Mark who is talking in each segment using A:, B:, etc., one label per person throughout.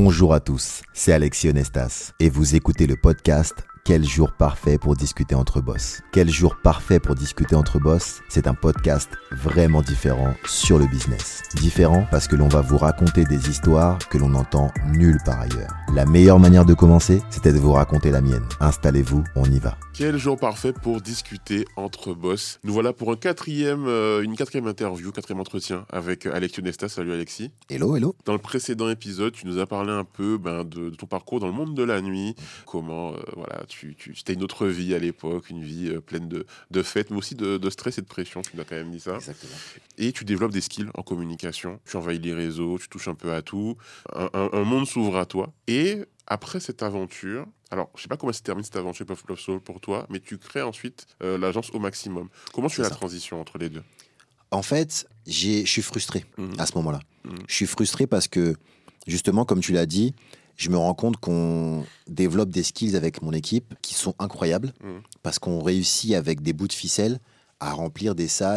A: Bonjour à tous, c'est Alexis Onestas et vous écoutez le podcast Quel jour parfait pour discuter entre boss. Quel jour parfait pour discuter entre boss, c'est un podcast vraiment différent sur le business. Différent parce que l'on va vous raconter des histoires que l'on n'entend nulle part ailleurs. La meilleure manière de commencer, c'était de vous raconter la mienne. Installez-vous, on y va.
B: Quel jour parfait pour discuter entre boss. Nous voilà pour une quatrième interview, quatrième entretien avec Alexis Onestas. Salut Alexis.
A: Hello, hello.
B: Dans le précédent épisode, tu nous as parlé un peu de ton parcours dans le monde de la nuit, comment c'était une autre vie à l'époque, une vie pleine de fêtes, mais aussi de stress et de pression, tu nous as quand même dit ça.
A: Exactement.
B: Et tu développes des skills en communication, tu envahis les réseaux, tu touches un peu à tout, un monde s'ouvre à toi. Et après cette aventure, alors je sais pas comment se termine cette aventure Puff Love Soul pour toi, mais tu crées ensuite l'agence Au Maximum. Comment tu fais la transition entre les deux ?
A: En fait, je suis frustré à ce moment-là. Je suis frustré parce que, justement, comme tu l'as dit, je me rends compte qu'on développe des skills avec mon équipe qui sont incroyables parce qu'on réussit avec des bouts de ficelle à remplir des salles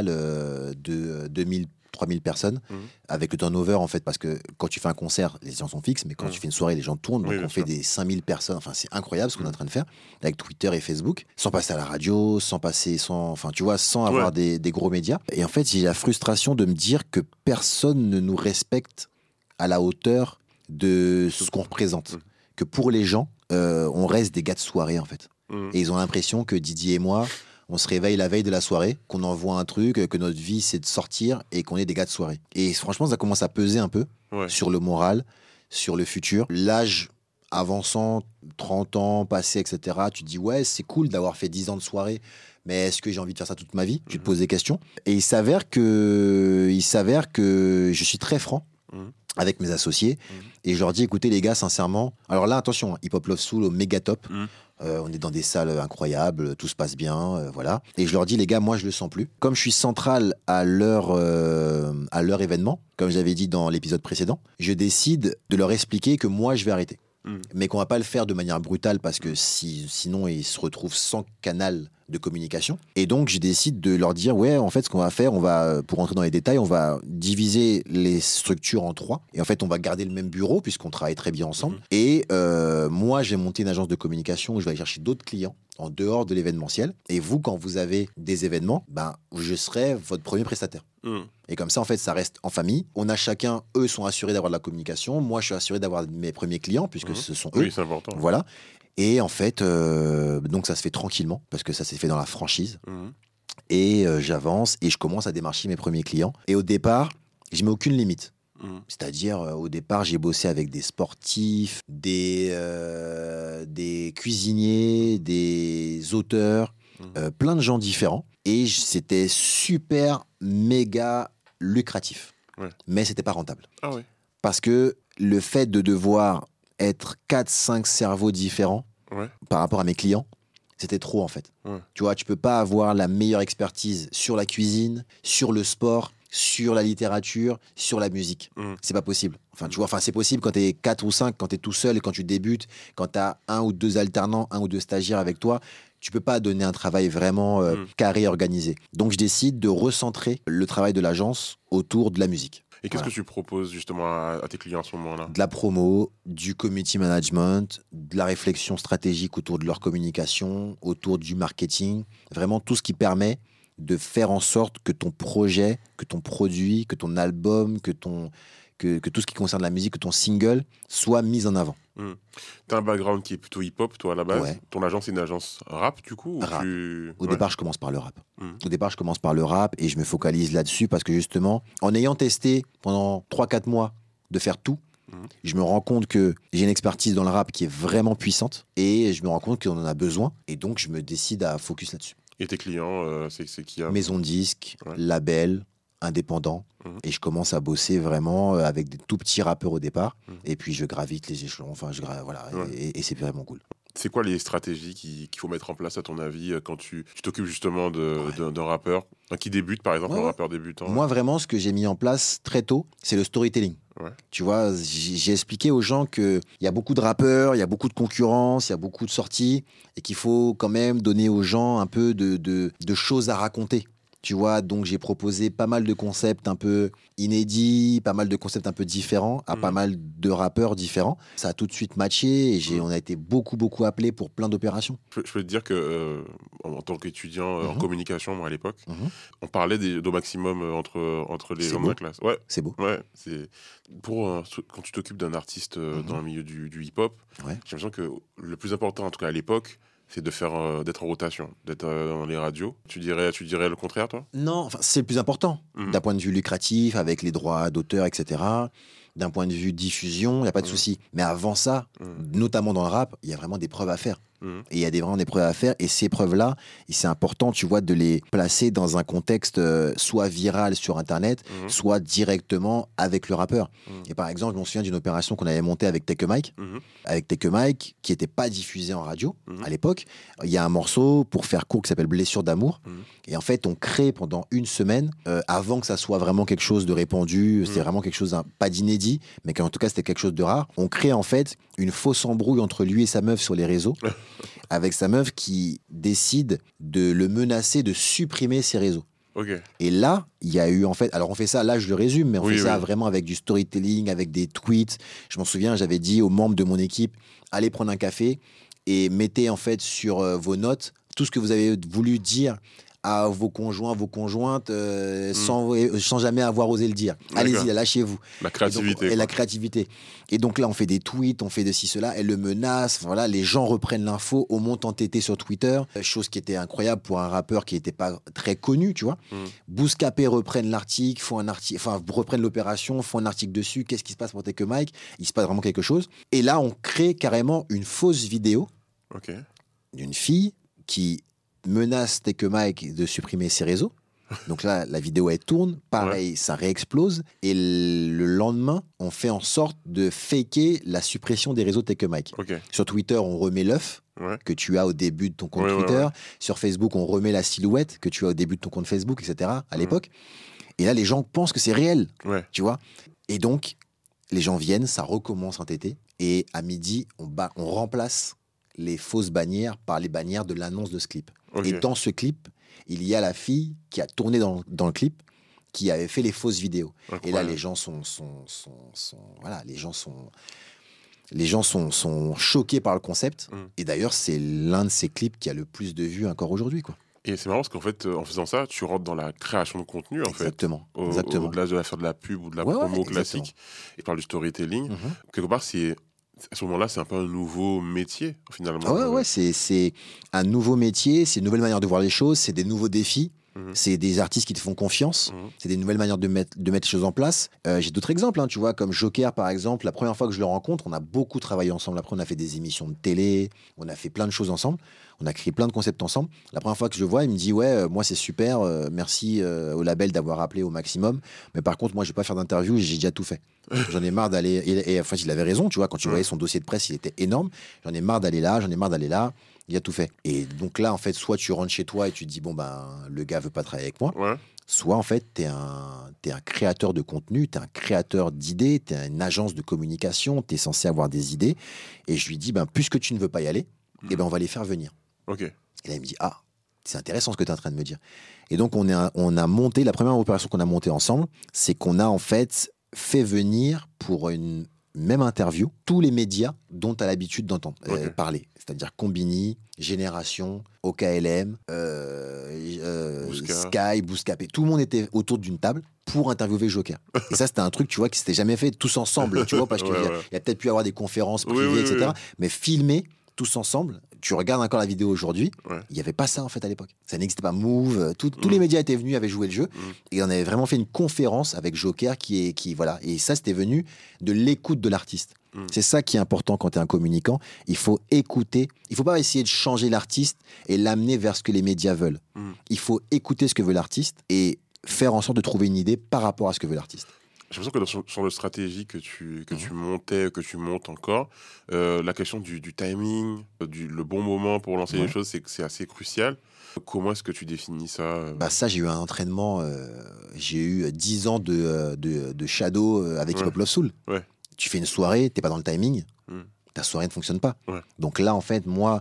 A: de 2000, 3000 personnes avec le turnover, en fait, parce que quand tu fais un concert, les gens sont fixes, mais quand tu fais une soirée, les gens tournent, donc on fait des 5000 personnes. Enfin, c'est incroyable ce qu'on est en train de faire avec Twitter et Facebook, sans passer à la radio, sans avoir des gros médias. Et en fait, j'ai la frustration de me dire que personne ne nous respecte à la hauteur de ce qu'on représente. Que pour les gens, on reste des gars de soirée, en fait. Et ils ont l'impression que Didier et moi, on se réveille la veille de la soirée, qu'on envoie un truc, que notre vie c'est de sortir et qu'on est des gars de soirée. Et franchement, ça commence à peser un peu sur le moral, sur le futur. L'âge avançant, 30 ans passés, etc., tu te dis ouais, c'est cool d'avoir fait 10 ans de soirée, mais est-ce que j'ai envie de faire ça toute ma vie ? Tu te poses des questions. Et il s'avère que je suis très franc avec mes associés et je leur dis écoutez les gars, sincèrement, alors là attention, Hip Hop Love Soul au méga top, on est dans des salles incroyables, tout se passe bien, voilà. Et je leur dis les gars, moi je le sens plus. Comme je suis central à leur événement, comme j'avais dit dans l'épisode précédent, je décide de leur expliquer que moi je vais arrêter. Mais qu'on va pas le faire de manière brutale parce que sinon ils se retrouvent sans canal de communication. Et donc je décide de leur dire ouais, en fait ce qu'on va faire, pour rentrer dans les détails, on va diviser les structures en 3 et en fait on va garder le même bureau puisqu'on travaille très bien ensemble. Et moi j'ai monté une agence de communication où je vais aller chercher d'autres clients en dehors de l'événementiel. Et vous, quand vous avez des événements, je serai votre premier prestataire. Et comme ça, en fait, ça reste en famille. On a chacun, eux sont assurés d'avoir de la communication. Moi, je suis assuré d'avoir mes premiers clients, puisque ce sont eux.
B: Oui, c'est important.
A: Voilà. Et en fait, donc ça se fait tranquillement, parce que ça s'est fait dans la franchise. Et j'avance et je commence à démarcher mes premiers clients. Et au départ, je mets aucune limite. C'est-à-dire, au départ, j'ai bossé avec des sportifs, des cuisiniers, des auteurs, plein de gens différents. Et c'était super, méga lucratif. Mais c'était pas rentable.
B: Ah oui.
A: Parce que le fait de devoir être 4-5 cerveaux différents par rapport à mes clients, c'était trop en fait. Tu vois, tu peux pas avoir la meilleure expertise sur la cuisine, sur le sport, sur la littérature, sur la musique. C'est pas possible. Enfin, tu vois, c'est possible quand t'es 4 ou 5, quand t'es tout seul et quand tu débutes, quand t'as 1 ou 2 alternants, 1 ou 2 stagiaires avec toi, tu peux pas donner un travail vraiment carré et organisé. Donc, je décide de recentrer le travail de l'agence autour de la musique.
B: Et qu'est-ce que tu proposes justement à tes clients à ce moment-là ?
A: De la promo, du community management, de la réflexion stratégique autour de leur communication, autour du marketing, vraiment tout ce qui permet de faire en sorte que ton projet, que ton produit, que ton album, que tout ce qui concerne la musique, que ton single soit mis en avant.
B: Tu as un background qui est plutôt hip-hop, toi, à la base.
A: Ouais.
B: Ton agence est une agence rap, du coup
A: Rap. Au départ, je commence par le rap. Au départ, je commence par le rap et je me focalise là-dessus parce que justement, en ayant testé pendant 3-4 mois de faire tout, je me rends compte que j'ai une expertise dans le rap qui est vraiment puissante et je me rends compte qu'on en a besoin et donc je me décide à focus là-dessus.
B: Et tes clients, c'est qui a...
A: Maison de disques, label, indépendant. Et je commence à bosser vraiment avec des tout petits rappeurs au départ. Et puis je gravite les échelons. Voilà. Et c'est vraiment cool.
B: C'est quoi les stratégies qu'il faut mettre en place, à ton avis, quand tu t'occupes justement d'un rappeur qui débute, par exemple, un rappeur débutant?
A: Moi, vraiment, ce que j'ai mis en place très tôt, c'est le storytelling. Tu vois, j'ai expliqué aux gens qu'il y a beaucoup de rappeurs, il y a beaucoup de concurrence, il y a beaucoup de sorties, et qu'il faut quand même donner aux gens un peu de choses à raconter. tu vois. Donc, j'ai proposé pas mal de concepts un peu inédits, pas mal de concepts un peu différents à pas mal de rappeurs différents. Ça a tout de suite matché et on a été beaucoup, beaucoup appelés pour plein d'opérations.
B: Je peux te dire que, en tant qu'étudiant en
A: Mhm.
B: communication, moi, à l'époque,
A: Mhm.
B: on parlait d'au maximum entre les
A: C'est
B: gens de
A: beau.
B: la classe. Ouais,
A: C'est beau.
B: ouais. Quand tu t'occupes d'un artiste dans le milieu du hip-hop,
A: Ouais.
B: j'ai l'impression que le plus important, en tout cas à l'époque, c'est d'être en rotation, d'être dans les radios. Tu dirais le contraire, toi?
A: Non, enfin, c'est le plus important.
B: Mhm.
A: D'un point de vue lucratif, avec les droits d'auteur, etc. D'un point de vue diffusion, il n'y a pas de souci. Mais avant ça, notamment dans le rap, il y a vraiment des preuves à faire. Et il y a vraiment des preuves à faire. Et ces preuves-là, c'est important, tu vois, de les placer dans un contexte soit viral sur Internet, soit directement avec le rappeur. Et par exemple, je me souviens d'une opération qu'on avait montée avec Take a Mike, qui n'était pas diffusée en radio à l'époque. Il y a un morceau, pour faire court, qui s'appelle Blessure d'amour. Et en fait, on crée pendant une semaine, avant que ça soit vraiment quelque chose de répandu, c'était vraiment quelque chose, pas d'inédit, mais qu'en tout cas, c'était quelque chose de rare. On crée en fait une fausse embrouille entre lui et sa meuf sur les réseaux, avec sa meuf qui décide de le menacer de supprimer ses réseaux.
B: Okay.
A: Et là, il y a eu en fait, alors on fait ça, là je le résume, mais on fait ça vraiment avec du storytelling, avec des tweets. Je m'en souviens, j'avais dit aux membres de mon équipe, allez prendre un café et mettez en fait sur vos notes tout ce que vous avez voulu dire à vos conjoints, vos conjointes, sans jamais avoir osé le dire. Allez-y, lâchez-vous.
B: La créativité.
A: Et la créativité. Et donc là, on fait des tweets, on fait de ci, cela, elle le menace, voilà, les gens reprennent l'info, au monte entêté sur Twitter, chose qui était incroyable pour un rappeur qui n'était pas très connu, tu vois. Bouscapé reprennent l'article, reprennent l'opération, font un article dessus, qu'est-ce qui se passe pour Take a Mike? Il se passe vraiment quelque chose. Et là, on crée carrément une fausse vidéo d'une fille qui menace Take a Mike de supprimer ses réseaux. Donc là, la vidéo, elle tourne. Pareil, ça réexplose. Et le lendemain, on fait en sorte de faker la suppression des réseaux Take a Mike. Sur Twitter, on remet l'œuf que tu as au début de ton compte Twitter. Sur Facebook, on remet la silhouette que tu as au début de ton compte Facebook, etc. à l'époque. Et là, les gens pensent que c'est réel. Tu vois. Et donc, les gens viennent, ça recommence un été. Et à midi, on remplace les fausses bannières par les bannières de l'annonce de ce clip. Et dans ce clip, il y a la fille qui a tourné dans le clip, qui avait fait les fausses vidéos. Et là, les gens sont choqués par le concept. Et d'ailleurs, c'est l'un de ces clips qui a le plus de vues encore aujourd'hui, quoi.
B: Et c'est marrant parce qu'en fait, en faisant ça, tu rentres dans la création de contenu, en
A: exactement.
B: fait. Au-delà de faire de la pub ou de la promo classique. Et par du storytelling. Quelque part, à ce moment-là, c'est un peu un nouveau métier, finalement.
A: C'est un nouveau métier, c'est une nouvelle manière de voir les choses, c'est des nouveaux défis. C'est des artistes qui te font confiance, c'est des nouvelles manières de mettre les choses en place. J'ai d'autres exemples, tu vois, comme Joker par exemple. La première fois que je le rencontre, on a beaucoup travaillé ensemble. Après, on a fait des émissions de télé, on a fait plein de choses ensemble, on a créé plein de concepts ensemble. La première fois que je le vois, il me dit moi c'est super, merci au label d'avoir appelé au maximum, mais par contre moi je vais pas faire d'interview, j'ai déjà tout fait. J'en ai marre d'aller, et enfin il avait raison, tu vois, quand tu voyais son dossier de presse, il était énorme. J'en ai marre d'aller là, il a tout fait. Et donc là, en fait, soit tu rentres chez toi et tu te dis, le gars veut pas travailler avec moi. Soit, en fait, t'es un créateur de contenu, t'es un créateur d'idées, t'es une agence de communication, t'es censé avoir des idées. Et je lui dis, puisque tu ne veux pas y aller, on va les faire venir. Et là, il me dit, c'est intéressant ce que tu es en train de me dire. Et donc, on a monté, la première opération qu'on a montée ensemble, c'est qu'on a, en fait, fait venir pour une même interview, tous les médias dont tu as l'habitude d'entendre parler. C'est-à-dire Combini, Génération, OKLM, Sky, Bouscapé. Tout le monde était autour d'une table pour interviewer Joker. Et ça, c'était un truc, tu vois, qui s'était jamais fait tous ensemble, tu vois, parce qu'il y a peut-être pu avoir des conférences privées, etc. Mais filmer tous ensemble, tu regardes encore la vidéo aujourd'hui, il n'y avait pas ça en fait à l'époque. Ça n'existait pas. Move, tous les médias étaient venus, avaient joué le jeu, et on avait vraiment fait une conférence avec Joker voilà. Et ça, c'était venu de l'écoute de l'artiste. C'est ça qui est important quand tu es un communicant. Il faut écouter. Il ne faut pas essayer de changer l'artiste et l'amener vers ce que les médias veulent. Il faut écouter ce que veut l'artiste et faire en sorte de trouver une idée par rapport à ce que veut l'artiste.
B: J'ai l'impression que sur le stratégie que tu montais, que tu montes encore, la question du timing, le bon moment pour lancer les choses, c'est assez crucial. Comment est-ce que tu définis ça
A: Ça, j'ai eu un entraînement, j'ai eu 10 ans de shadow avec Hip Hop Love Soul. Tu fais une soirée, t'es pas dans le timing, ta soirée ne fonctionne pas. Donc là, en fait, moi,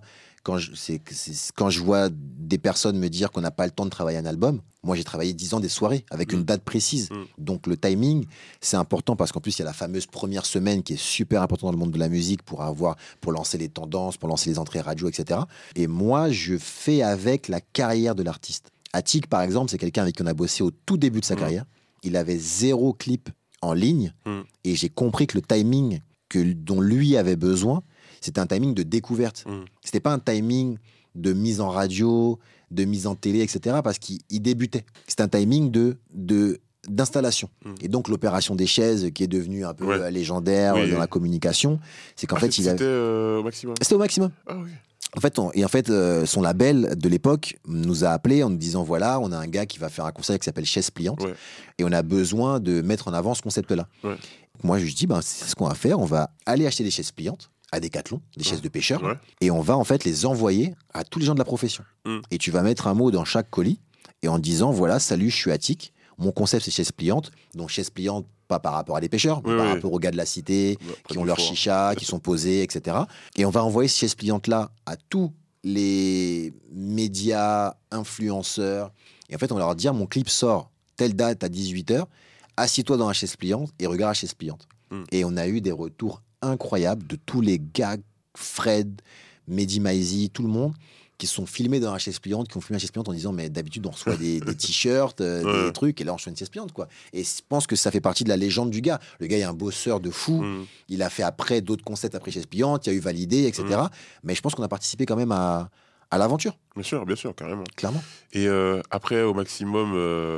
A: quand je vois des personnes me dire qu'on n'a pas le temps de travailler un album, moi j'ai travaillé 10 ans des soirées avec une date précise. Donc le timing, c'est important parce qu'en plus il y a la fameuse première semaine qui est super importante dans le monde de la musique pour lancer les tendances, pour lancer les entrées radio, etc. Et moi je fais avec la carrière de l'artiste. Attic par exemple, c'est quelqu'un avec qui on a bossé au tout début de sa carrière. Il avait 0 clip en ligne et j'ai compris que le timing dont lui avait besoin, c'était un timing de découverte. C'était pas un timing de mise en radio, de mise en télé, etc. parce qu'il débutait. C'était un timing d'installation. Et donc l'opération des chaises qui est devenue un peu légendaire dans la communication, c'est qu'en fait
B: c'était au maximum.
A: C'était au maximum.
B: Ah oui.
A: En fait, son label de l'époque nous a appelés en nous disant voilà, on a un gars qui va faire un concert qui s'appelle Chaise Pliante et on a besoin de mettre en avant ce concept-là. Moi, je dis c'est ce qu'on va faire. On va aller acheter des chaises pliantes à Decathlon, des chaises de pêcheurs, et on va en fait les envoyer à tous les gens de la profession. Et tu vas mettre un mot dans chaque colis et en disant voilà, salut, je suis Attic. Mon concept, c'est chaise pliante. Donc, chaise pliante, pas par rapport à des pêcheurs, mais par rapport aux gars de la cité qui ont leur chicha, qui sont posés, etc. Et on va envoyer ces chaises pliantes-là à tous les médias, influenceurs. Et en fait, on va leur dire mon clip sort telle date à 18h. Assieds-toi dans la chaise pliante et regarde la chaise pliante. Et on a eu des retours incroyables de tous les gars, Fred, Mehdi Maizi, tout le monde, qui sont filmés dans la chaise pliante, qui ont filmé la chaise pliante en disant mais d'habitude on reçoit des t-shirts, des trucs, et là on reçoit une chaise pliante, quoi. Et je pense que ça fait partie de la légende du gars. Le gars est un bosseur de fou, il a fait après d'autres concepts après chaise pliante, il y a eu Validé, etc. Mais je pense qu'on a participé quand même à l'aventure.
B: Bien sûr, carrément.
A: Clairement.
B: Et après, au maximum,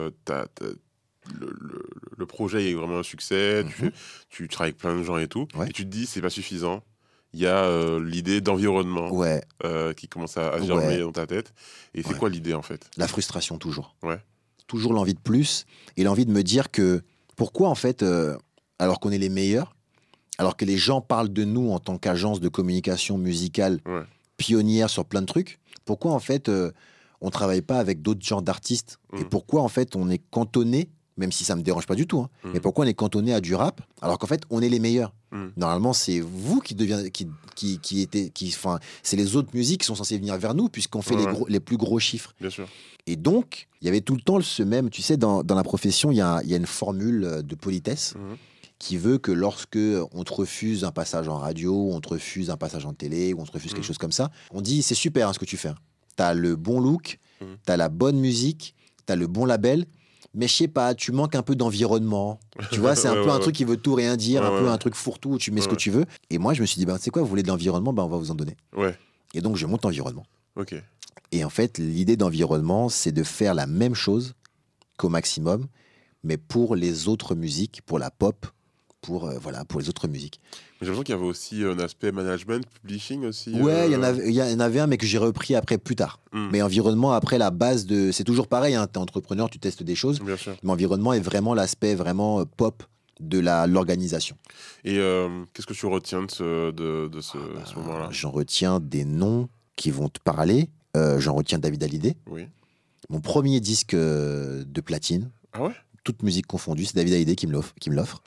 B: le projet est vraiment un succès, tu travailles avec plein de gens et tout, et tu te dis c'est pas suffisant. Il y a l'idée d'environnement qui commence à germer dans ta tête. Et c'est quoi l'idée en fait ?
A: La frustration toujours. Toujours l'envie de plus et l'envie de me dire que pourquoi en fait, alors qu'on est les meilleurs, alors que les gens parlent de nous en tant qu'agence de communication musicale pionnière sur plein de trucs, pourquoi en fait on travaille pas avec d'autres genres d'artistes et pourquoi en fait on est cantonné, même si ça me dérange pas du tout, mais pourquoi on est cantonné à du rap alors qu'en fait on est les meilleurs. Normalement c'est vous c'est les autres musiques qui sont censées venir vers nous puisqu'on fait les plus gros chiffres.
B: Bien sûr.
A: Et donc il y avait tout le temps ce même, tu sais, dans la profession il y a une formule de politesse qui veut que lorsque on te refuse un passage en radio, on te refuse un passage en télé, ou on te refuse quelque chose comme ça, on dit c'est super ce que tu fais. T'as le bon look, t'as la bonne musique, t'as le bon label, mais je sais pas, tu manques un peu d'environnement. Tu vois, c'est un peu un truc qui veut tout rien dire, un peu un truc fourre-tout où tu mets ce que tu veux. Et moi, je me suis dit, c'est quoi, vous voulez de l'environnement, on va vous en donner. Et donc, je monte environnement. Et en fait, l'idée d'environnement, c'est de faire la même chose qu'au maximum, mais pour les autres musiques, pour la pop, pour les autres musiques.
B: J'ai l'impression qu'il y avait aussi un aspect management, publishing aussi.
A: Ouais, il y en avait un, mais que j'ai repris après plus tard. Mais environnement, après, la base c'est toujours pareil, t'es entrepreneur, tu testes des choses.
B: Bien sûr.
A: Mais environnement est vraiment l'aspect vraiment pop de l'organisation.
B: Et qu'est-ce que tu retiens de ce moment-là ?
A: J'en retiens des noms qui vont te parler. J'en retiens David Hallyday. Mon premier disque de platine.
B: Ah ouais ?
A: Toute musique confondue, c'est David Hallyday qui me l'offre.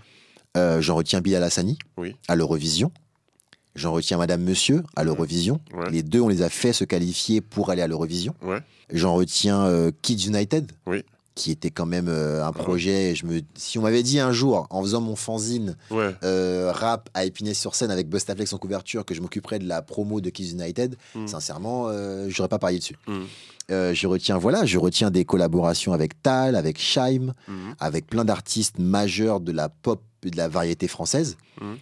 A: J'en retiens Bilal Hassani à l'Eurovision. J'en retiens Madame Monsieur à l'Eurovision. Les deux, on les a fait se qualifier pour aller à l'Eurovision. J'en retiens Kids United, qui était quand même un projet. Si on m'avait dit un jour, en faisant mon fanzine rap à Épinay-sur-Seine avec Bustaflex en couverture, que je m'occuperais de la promo de Kids United, sincèrement, j'aurais pas parié dessus. Je retiens des collaborations avec Tal, avec Scheim, avec plein d'artistes majeurs de la pop et de la variété française.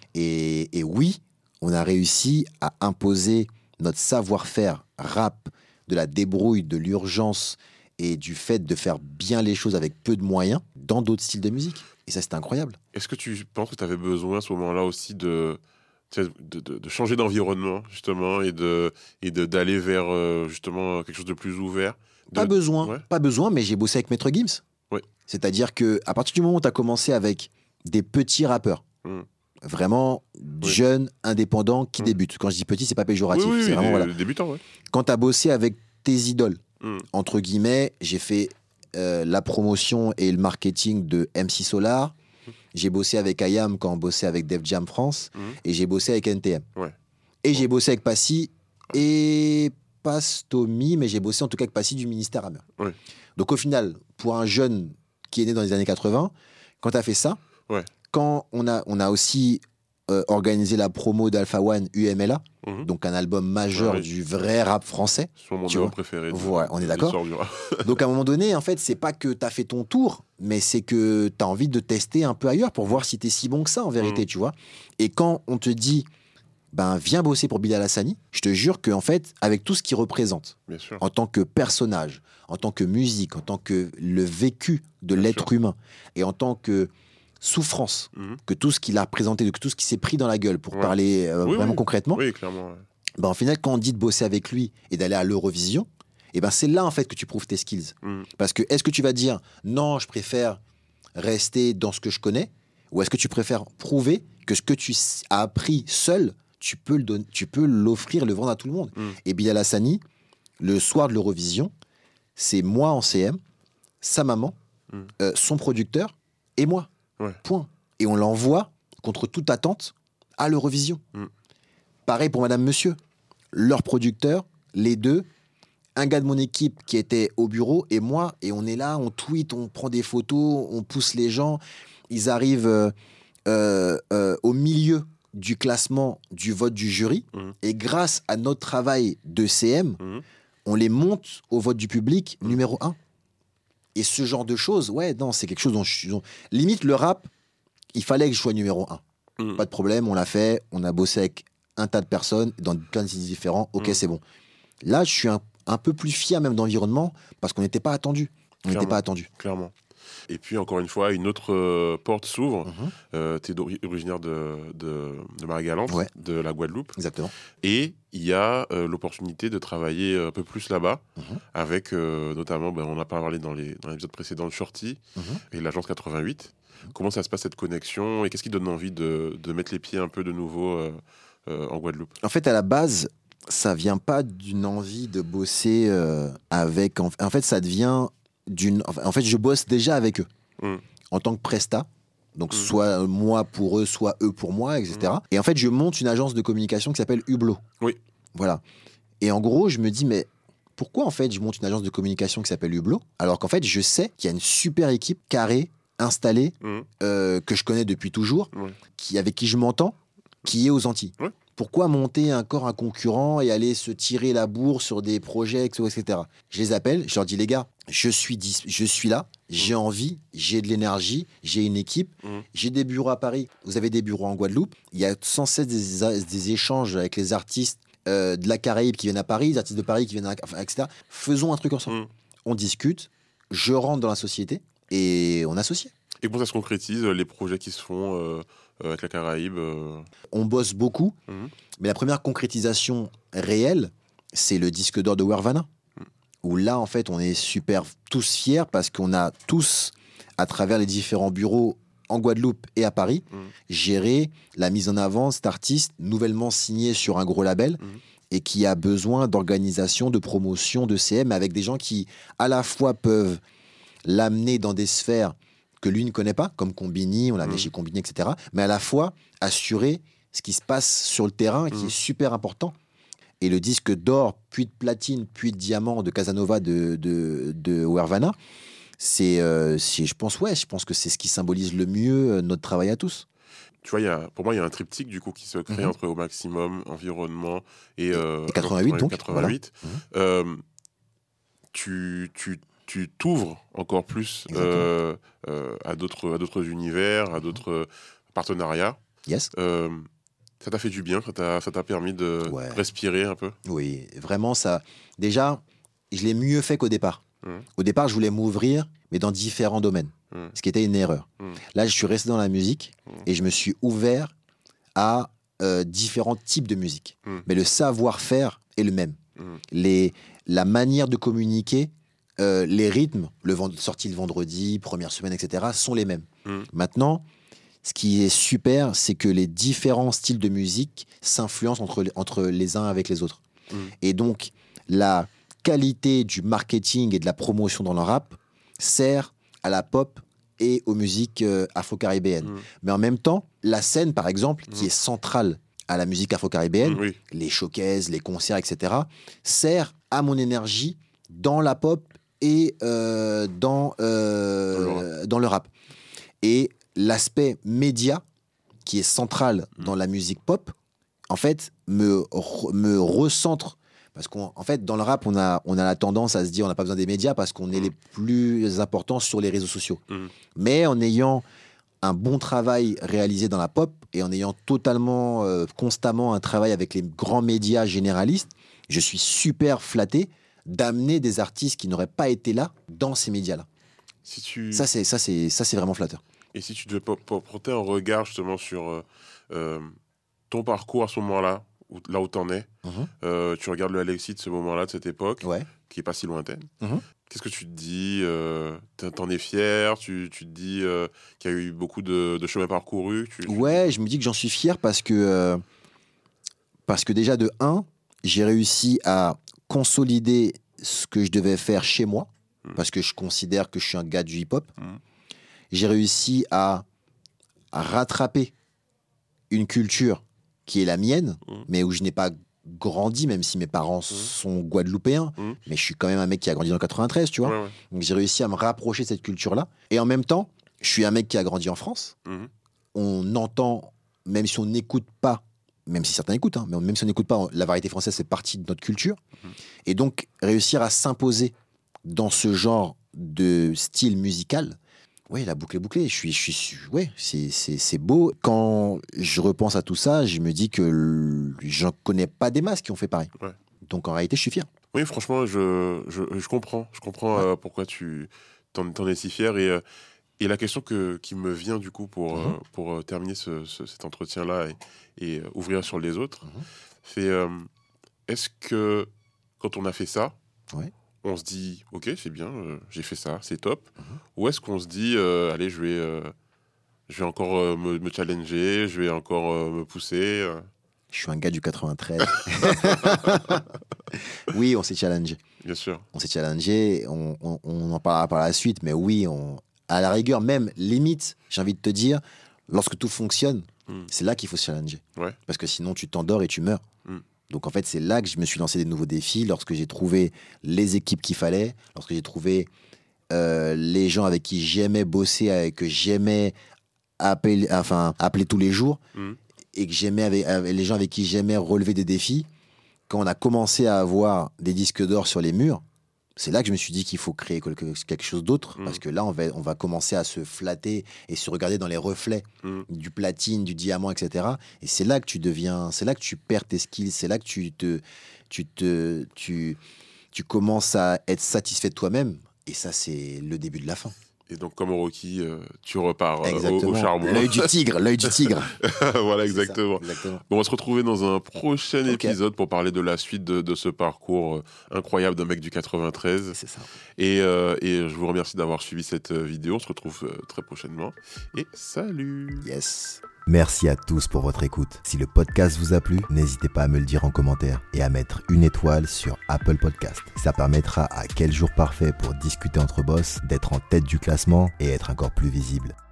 A: Et oui, on a réussi à imposer notre savoir-faire rap, de la débrouille, de l'urgence et du fait de faire bien les choses avec peu de moyens dans d'autres styles de musique. Et ça, c'était incroyable.
B: Est-ce que tu penses que tu avais besoin à ce moment-là aussi de changer d'environnement, justement, et d'aller vers, justement, quelque chose de plus ouvert ?
A: Pas besoin, mais j'ai bossé avec Maître Gims. C'est-à-dire qu'à partir du moment où tu as commencé avec des petits rappeurs, vraiment jeunes, indépendants, qui débutent. Quand je dis petit, c'est pas péjoratif. C'est vraiment,
B: débutants,
A: Quand tu as bossé avec tes idoles, entre guillemets, j'ai fait la promotion et le marketing de MC Solar. J'ai bossé avec IAM quand on bossait avec Def Jam France. Et j'ai bossé avec NTM. Et j'ai bossé avec Passy et pas Stomy, mais j'ai bossé en tout cas avec Passy du ministère Hammer.
B: Ouais.
A: Donc au final, pour un jeune qui est né dans les années 80, quand tu as fait ça,
B: Ouais.
A: quand on a aussi organisé la promo d'Alpha One UMLA,
B: Mhm.
A: donc un album majeur
B: Ouais.
A: du vrai rap français.
B: C'est mon
A: Tu
B: album
A: vois.
B: préféré.
A: Voilà, on est
B: de
A: d'accord.
B: l'histoire du rap.
A: Donc à un moment donné, en fait, c'est pas que tu as fait ton tour, mais c'est que tu as envie de tester un peu ailleurs pour voir si tu es si bon que ça en vérité, tu vois. Et quand on te dit, ben viens bosser pour Bilal Hassani, je te jure qu'en fait, avec tout ce qu'il représente,
B: Bien sûr.
A: en tant que personnage, en tant que musique, en tant que le vécu de
B: Bien
A: l'être
B: sûr.
A: humain, et en tant que souffrance,
B: Mhm.
A: que tout ce qu'il a représenté, que tout ce qui s'est pris dans la gueule, pour
B: Ouais.
A: parler
B: Oui,
A: vraiment
B: oui.
A: concrètement,
B: Oui, clairement. Ouais.
A: ben, au final, quand on dit de bosser avec lui et d'aller à l'Eurovision, et ben c'est là en fait que tu prouves tes skills.
B: Mhm.
A: Parce que est-ce que tu vas dire non, je préfère rester dans ce que je connais, ou est-ce que tu préfères prouver que ce que tu as appris seul, tu peux le donner, tu peux l'offrir, le vendre à tout le monde.
B: Mhm.
A: Et Bilal Hassani, le soir de l'Eurovision, c'est moi en CM, sa maman,
B: Mhm.
A: son producteur et moi.
B: Ouais.
A: Point. Et on l'envoie contre toute attente à l'Eurovision.
B: Mhm.
A: Pareil pour Madame Monsieur. Leur producteur, les deux, un gars de mon équipe qui était au bureau et moi, et on est là, on tweet, on prend des photos, on pousse les gens. Ils arrivent au milieu du classement du vote du jury.
B: Mhm.
A: Et grâce à notre travail de CM,
B: Mhm.
A: on les monte au vote du public numéro 1. Et ce genre de choses, ouais, non, c'est quelque chose dont limite, le rap, il fallait que je sois numéro 1.
B: Mhm.
A: Pas de problème, on l'a fait, on a bossé avec un tas de personnes, dans plein de styles différents, ok, c'est bon. Là, je suis un peu plus fier même d'environnement, parce qu'on n'était pas attendu. On n'était
B: Clairement.
A: pas attendu.
B: Clairement. Et puis, encore une fois, une autre porte s'ouvre.
A: Mhm.
B: Tu es originaire de Marie-Galante,
A: Ouais.
B: de la Guadeloupe.
A: Exactement.
B: Et il y a l'opportunité de travailler un peu plus là-bas,
A: Mhm.
B: avec notamment, on en a parlé dans l'épisode précédent de Shorty
A: Mhm.
B: et l'agence 88. Comment ça se passe cette connexion et qu'est-ce qui donne envie de mettre les pieds un peu de nouveau en Guadeloupe?
A: En fait, à la base, ça vient pas d'une envie de bosser avec. En fait, ça devient d'une. En fait, je bosse déjà avec eux
B: Mm.
A: en tant que presta. Donc, soit moi pour eux, soit eux pour moi, etc. Et en fait, je monte une agence de communication qui s'appelle Hublot.
B: Oui.
A: Voilà. Et en gros, je me dis, mais pourquoi en fait je monte une agence de communication qui s'appelle Hublot, alors qu'en fait, je sais qu'il y a une super équipe carrée, installée,
B: Mm.
A: que je connais depuis toujours,
B: Ouais.
A: avec qui je m'entends, qui est aux Antilles.
B: Ouais.
A: Pourquoi monter encore un concurrent et aller se tirer la bourre sur des projets, etc. Je les appelle, je leur dis, les gars, je suis là, j'ai envie, j'ai de l'énergie, j'ai une équipe, j'ai des bureaux à Paris, vous avez des bureaux en Guadeloupe, il y a sans cesse des échanges avec les artistes de la Caraïbe qui viennent à Paris, les artistes de Paris qui viennent etc. Faisons un truc ensemble. On discute, je rentre dans la société et on associe.
B: Et comment ça se concrétise, les projets qui se font avec la Caraïbe
A: On bosse beaucoup,
B: Mhm.
A: mais la première concrétisation réelle, c'est le disque d'or de Wervana. Où là, en fait, on est super tous fiers parce qu'on a tous, à travers les différents bureaux en Guadeloupe et à Paris, géré la mise en avant cet artiste nouvellement signé sur un gros label et qui a besoin d'organisation, de promotion, de CM avec des gens qui, à la fois, peuvent l'amener dans des sphères que lui ne connaît pas, comme Combini, on l'a amené chez Combini, etc. Mais à la fois, assurer ce qui se passe sur le terrain, qui est super important. Et le disque d'or, puis de platine, puis de diamant de Casanova de Wervana, je pense que c'est ce qui symbolise le mieux notre travail à tous.
B: Tu vois, pour moi, il y a un triptyque du coup qui se crée entre Au Maximum, environnement et
A: 88, donc.
B: 88. Voilà. Tu t'ouvres encore plus à d'autres univers, à d'autres partenariats.
A: Yes.
B: Ça t'a fait du bien, ça t'a permis de respirer un peu.
A: Oui, vraiment, ça. Déjà, je l'ai mieux fait qu'au départ. Au départ, je voulais m'ouvrir, mais dans différents domaines, ce qui était une erreur. Là, je suis resté dans la musique et je me suis ouvert à différents types de musique. Mais le savoir-faire est le même. La manière de communiquer, les rythmes, sortie le vendredi, première semaine, etc., sont les mêmes. Maintenant, ce qui est super, c'est que les différents styles de musique s'influencent entre les uns avec les autres. Et donc, la qualité du marketing et de la promotion dans le rap sert à la pop et aux musiques afro-caribéennes. Mais en même temps, la scène, par exemple, qui est centrale à la musique afro-caribéenne,
B: Oui.
A: les showcases, les concerts, etc., sert à mon énergie dans la pop et dans le rap. Et l'aspect média, qui est central dans la musique pop, en fait, me recentre. Parce qu'en fait, dans le rap, on a la tendance à se dire on n'a pas besoin des médias parce qu'on est les plus importants sur les réseaux sociaux. Mais en ayant un bon travail réalisé dans la pop et en ayant totalement, constamment un travail avec les grands médias généralistes, je suis super flatté d'amener des artistes qui n'auraient pas été là dans ces médias-là. Ça, c'est vraiment flatteur.
B: Et si tu devais porter un regard justement sur ton parcours à ce moment-là, là où tu en es, tu regardes le Alexis de ce moment-là, de cette époque, qui n'est pas si lointaine. Qu'est-ce que tu te dis t'en es fier? Tu te dis qu'il y a eu beaucoup de chemin parcouru?
A: Ouais, je me dis que j'en suis fier parce que déjà, de 1, j'ai réussi à consolider ce que je devais faire chez moi, parce que je considère que je suis un gars du hip-hop. J'ai réussi à rattraper une culture qui est la mienne, mais où je n'ai pas grandi, même si mes parents sont guadeloupéens, mais je suis quand même un mec qui a grandi dans le 93, tu vois. Donc j'ai réussi à me rapprocher de cette culture-là. Et en même temps, je suis un mec qui a grandi en France. On entend, même si on n'écoute pas, même si certains écoutent, mais même si on n'écoute pas, la variété française fait partie de notre culture. Et donc, réussir à s'imposer dans ce genre de style musical, ouais, la boucle est bouclée. Ouais, c'est beau. Quand je repense à tout ça, je me dis que j'en connais pas des masses qui ont fait pareil. Donc en réalité, je suis fier.
B: Oui, franchement, je comprends. Je comprends pourquoi tu t'en es si fier. Et la question qui me vient du coup pour terminer cet entretien-là et ouvrir sur les autres, c'est est-ce que quand on a fait ça, on se dit ok, c'est bien, j'ai fait ça, c'est top, ou est-ce qu'on se dit allez, je vais encore me challenger, je vais encore me pousser
A: Je suis un gars du 93. Oui, on s'est challengé.
B: Bien sûr.
A: On s'est challengé, on en parlera par la suite, mais oui, à la rigueur, même limite, j'ai envie de te dire, lorsque tout fonctionne, c'est là qu'il faut se challenger. Parce que sinon, tu t'endors et tu meurs. Donc en fait, c'est là que je me suis lancé des nouveaux défis, lorsque j'ai trouvé les équipes qu'il fallait, lorsque j'ai trouvé les gens avec qui j'aimais bosser, que j'aimais appeler tous les jours, et que j'aimais les gens avec qui j'aimais relever des défis. Quand on a commencé à avoir des disques d'or sur les murs, c'est là que je me suis dit qu'il faut créer quelque chose d'autre, parce que là, on va commencer à se flatter et se regarder dans les reflets du platine, du diamant, etc. Et c'est là que c'est là que tu perds tes skills, c'est là que tu commences à être satisfait de toi-même. Et ça, c'est le début de la fin.
B: Et donc, comme au Rocky, tu repars au charbon.
A: L'œil du tigre.
B: Voilà, exactement. Bon, on va se retrouver dans un prochain épisode pour parler de la suite de ce parcours incroyable d'un mec du 93.
A: C'est ça.
B: Et je vous remercie d'avoir suivi cette vidéo. On se retrouve très prochainement. Et salut.
A: Yes.
C: Merci à tous pour votre écoute. Si le podcast vous a plu, n'hésitez pas à me le dire en commentaire et à mettre une étoile sur Apple Podcast. Ça permettra à Quel Jour Parfait pour discuter entre boss d'être en tête du classement et être encore plus visible.